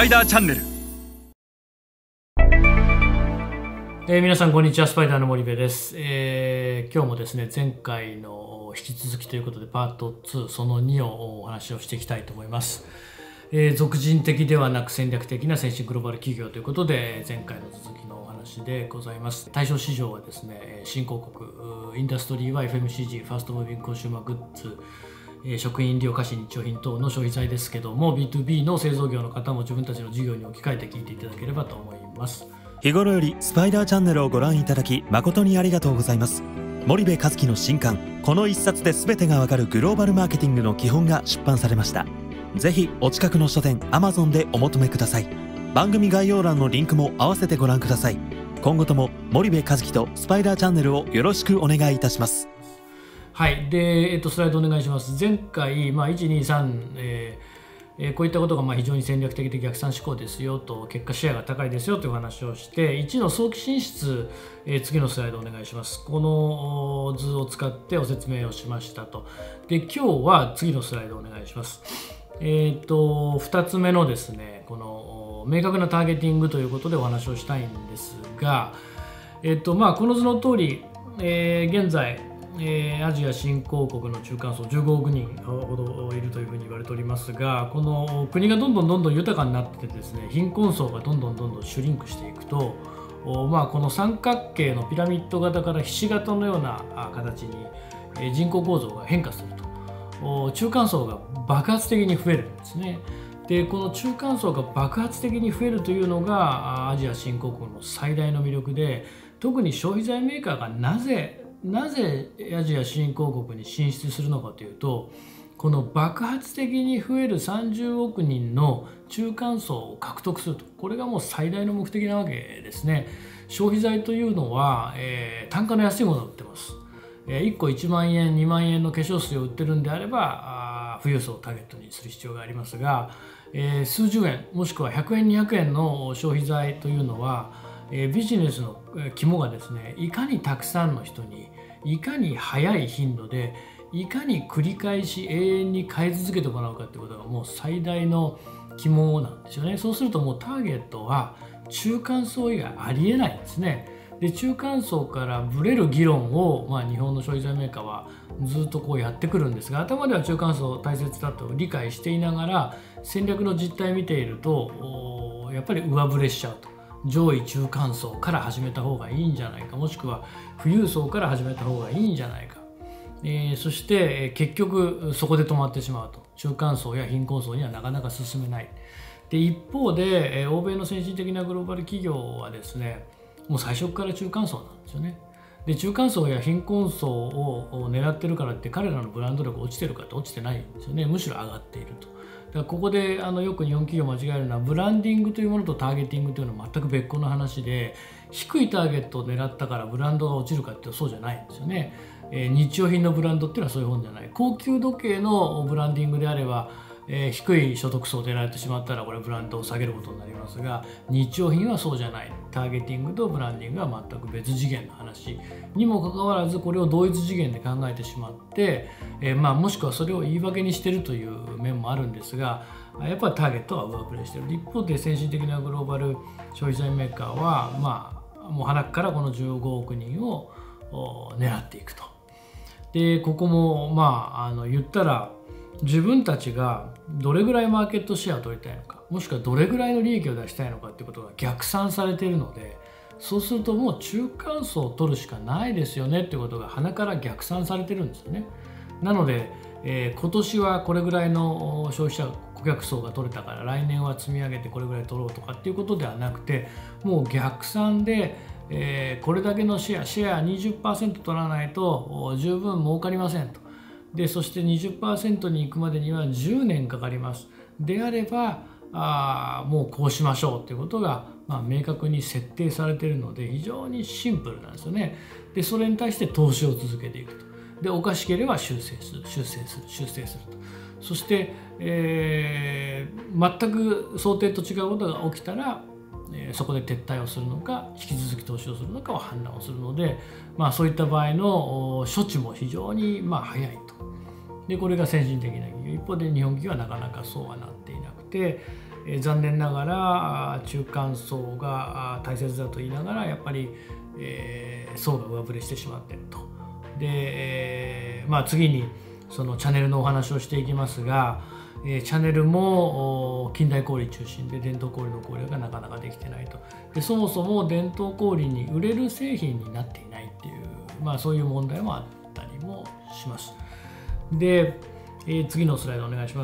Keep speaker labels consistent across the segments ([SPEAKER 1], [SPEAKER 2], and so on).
[SPEAKER 1] パイダーチャンネル。
[SPEAKER 2] 皆さんこんにちは、スパイダーの森部です。今日もですね、前回の引き続きということでパート2その2をお話をしていきたいと思います。属人的ではなく戦略的な先進グローバル企業ということで、前回の続きのお話でございます。対象市場はですね、新興国、インダストリーは FMCG、ファーストムービングコンシューマーグッズ、食品、飲料、菓子、日用品等の消費財ですけども、 B2B の製造業の方も自分たちの事業に置き換えて聞いていただければと思います。
[SPEAKER 3] 日頃よりスパイダーチャンネルをご覧いただき誠にありがとうございます。森部一樹の新刊、この一冊で全てがわかるグローバルマーケティングの基本が出版されました。ぜひお近くの書店 Amazon でお求めください。番組概要欄のリンクも合わせてご覧ください。今後とも森部一樹とスパイダーチャンネルをよろしくお願いいたします。
[SPEAKER 2] はい。で、スライドお願いします。前回、1、2、3、こういったことが非常に戦略的で逆算思考ですよと、結果シェアが高いですよという話をして、1の早期進出、次のスライドお願いします。この図を使ってお説明をしましたと。で、今日は次のスライドお願いします。2つ目のですね、この明確なターゲティングということでお話をしたいんですが、この図の通り、現在アジア新興国の中間層15億人ほどいるというふうに言われておりますが、この国がどんどん豊かになってですね、貧困層がどんどんシュリンクしていくと、この三角形のピラミッド型からひし形のような形に人口構造が変化すると、中間層が爆発的に増えるんですね。で、この中間層が爆発的に増えるというのがアジア新興国の最大の魅力で、特に消費財メーカーがなぜアジア新興国に進出するのかというと、この爆発的に増える30億人の中間層を獲得すると、これがもう最大の目的なわけですね。消費財というのは、単価の安いものを売ってます。1個1万円2万円の化粧水を売ってるんであれば富裕層をターゲットにする必要がありますが、数十円もしくは100円200円の消費財というのはビジネスの肝がですね、いかにたくさんの人にいかに早い頻度でいかに繰り返し永遠に買い続けてもらうかということがもう最大の肝なんですよね。そうするともうターゲットは中間層以外ありえないんですね。で、中間層からブレる議論を、日本の消費財メーカーはずっとこうやってくるんですが、頭では中間層大切だと理解していながら戦略の実態を見ているとやっぱり上振れしちゃうと。上位中間層から始めた方がいいんじゃないか、もしくは富裕層から始めた方がいいんじゃないか、そして結局そこで止まってしまうと。中間層や貧困層にはなかなか進めない。で、一方で欧米の先進的なグローバル企業はですね、もう最初から中間層なんですよね。で、中間層や貧困層を狙ってるからって彼らのブランド力落ちてるかって落ちてないんですよね。むしろ上がっていると。だからここでよく日本企業間違えるのは、ブランディングというものとターゲティングというのは全く別個の話で、低いターゲットを狙ったからブランドが落ちるかっていうとそうじゃないんですよね。日用品のブランドっていうのはそういう本じゃない。高級時計のブランディングであれば、低い所得層を狙われてしまったらこれブランドを下げることになりますが、日用品はそうじゃない。ターゲティングとブランディングは全く別次元の話にもかかわらず、これを同一次元で考えてしまって、もしくはそれを言い訳にしているという面もあるんですが、やっぱりターゲットは上振れしている。一方で先進的なグローバル消費財メーカーは、もう鼻からこの15億人を狙っていくと。で、ここも言ったら自分たちがどれぐらいマーケットシェアを取りたいのか、もしくはどれぐらいの利益を出したいのかということが逆算されているので、そうするともう中間層を取るしかないですよねということが鼻から逆算されてるんですよね。なので、今年はこれぐらいの消費者顧客層が取れたから来年は積み上げてこれぐらい取ろうとかっていうことではなくて、もう逆算で、これだけのシェア 20% 取らないと十分儲かりませんと。で、そして 20% に行くまでには10年かかります。であればもうこうしましょうということが、明確に設定されているので非常にシンプルなんですよね。で、それに対して投資を続けていくと。で、おかしければ修正すると。そして、全く想定と違うことが起きたら、そこで撤退をするのか引き続き投資をするのかを判断をするので、そういった場合の処置も非常に早いと。で、これが先進的な企業。一方で日本企業はなかなかそうはなっていなくて、 残念ながら中間層が大切だと言いながらやっぱり、層が上振れしてしまっていると。で、次にそのチャンネルのお話をしていきますが、チャンネルも近代小売中心で伝統小売の小売がなかなかできてないと。でそもそも伝統小売に売れる製品になっていないっていう、そういう問題もあったりもします。で、次のスライドお願いします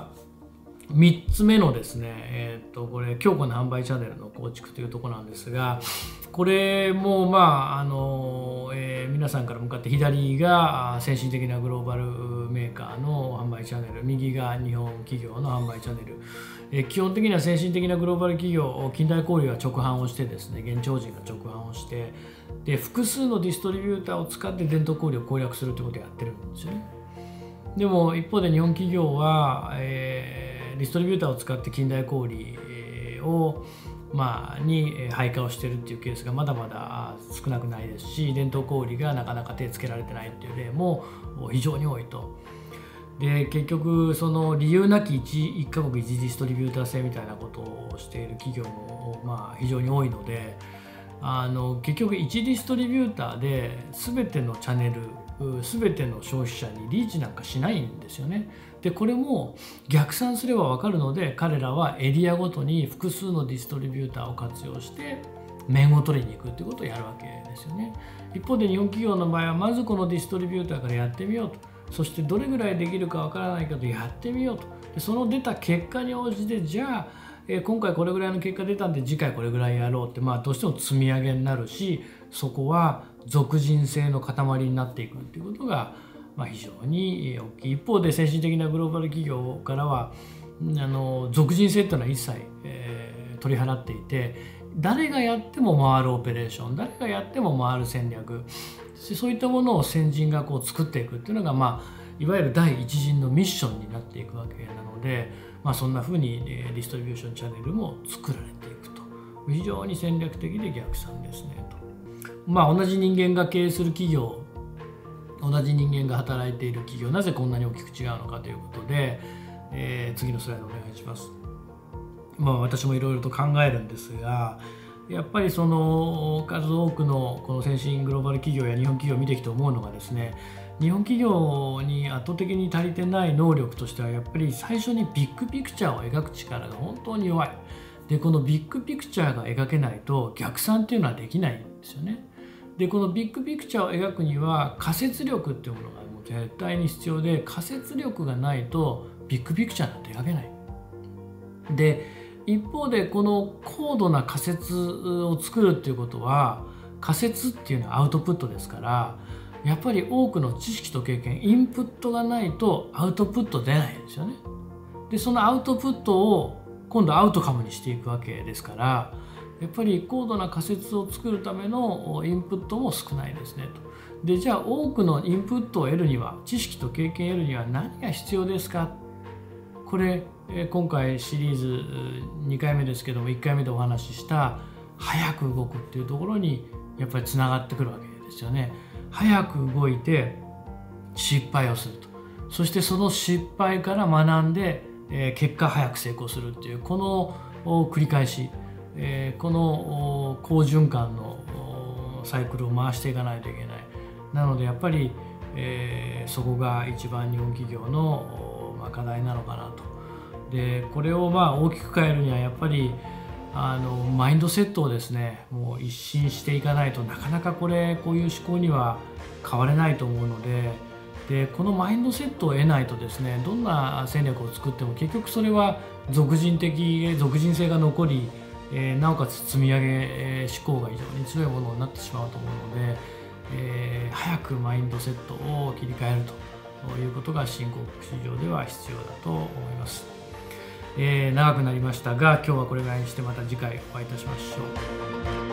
[SPEAKER 2] 。3つ目のですね、これ強固な販売チャンネルの構築というところなんですが、これも皆さんから向かって左が先進的なグローバルメーカーの販売チャンネル、右が日本企業の販売チャンネル。基本的には先進的なグローバル企業、近代小売は直販をしてですね、現地法人が直販をして、で複数のディストリビューターを使って伝統小売を攻略するということをやってるんですよね。でも一方で日本企業は、ディストリビューターを使って近代小売をに配下をしているっていうケースがまだまだ少なくないですし、伝統小売がなかなか手つけられてないっていう例も非常に多いと。で結局その理由なき一カ国一ディストリビューター制みたいなことをしている企業も非常に多いので、結局1ディストリビューターで全てのチャンネル全ての消費者にリーチなんかしないんですよね。でこれも逆算すれば分かるので、彼らはエリアごとに複数のディストリビューターを活用して面を取りに行くということをやるわけですよね。一方で日本企業の場合はまずこのディストリビューターからやってみようと、そしてどれぐらいできるか分からないけどやってみようと。でその出た結果に応じて、じゃあ今回これぐらいの結果出たんで次回これぐらいやろうって、どうしても積み上げになるし、そこは属人性の塊になっていくっていうことが非常に大きい。一方で先進的なグローバル企業からは属人性っていうのは一切、取り払っていて、誰がやっても回るオペレーション、誰がやっても回る戦略、そういったものを先人が作っていくっていうのが、いわゆる第一陣のミッションになっていくわけなので、そんなふうにディストリビューションチャンネルも作られていくと。非常に戦略的で逆算ですねと。同じ人間が経営する企業、同じ人間が働いている企業、なぜこんなに大きく違うのかということで、次のスライドお願いします。私もいろいろと考えるんですが、やっぱりその数多くのこの先進グローバル企業や日本企業を見てきて思うのがですね、日本企業に圧倒的に足りてない能力としては、やっぱり最初にビッグピクチャーを描く力が本当に弱い。でこのビッグピクチャーが描けないと逆算っていうのはできないんですよね。でこのビッグピクチャーを描くには仮説力っていうものがもう絶対に必要で、仮説力がないとビッグピクチャーなんて描けない。で一方でこの高度な仮説を作るっていうことは、仮説っていうのはアウトプットですから、やっぱり多くの知識と経験、インプットがないとアウトプット出ないんですよね。でそのアウトプットを今度アウトカムにしていくわけですから、やっぱり高度な仮説を作るためのインプットも少ないですねと。でじゃあ多くのインプットを得るには、知識と経験を得るには何が必要ですか。これ今回シリーズ2回目ですけども、1回目でお話しした早く動くっていうところにやっぱりつながってくるわけですよね。早く動いて失敗をすると、そしてその失敗から学んで結果早く成功するっていう、この繰り返し、この好循環のサイクルを回していかないといけない。なのでやっぱり、そこが一番日本企業の課題なのかなと。でこれを大きく変えるにはやっぱりマインドセットをですね、もう一新していかないとなかなかこういう思考には変われないと思うので、このマインドセットを得ないとですね、どんな戦略を作っても結局それは属人性が残り、なおかつ積み上げ思考が非常に強いものになってしまうと思うので、早くマインドセットを切り替えるということが新興国市場では必要だと思います。長くなりましたが、今日はこれぐらいにしてまた次回お会いいたしましょう。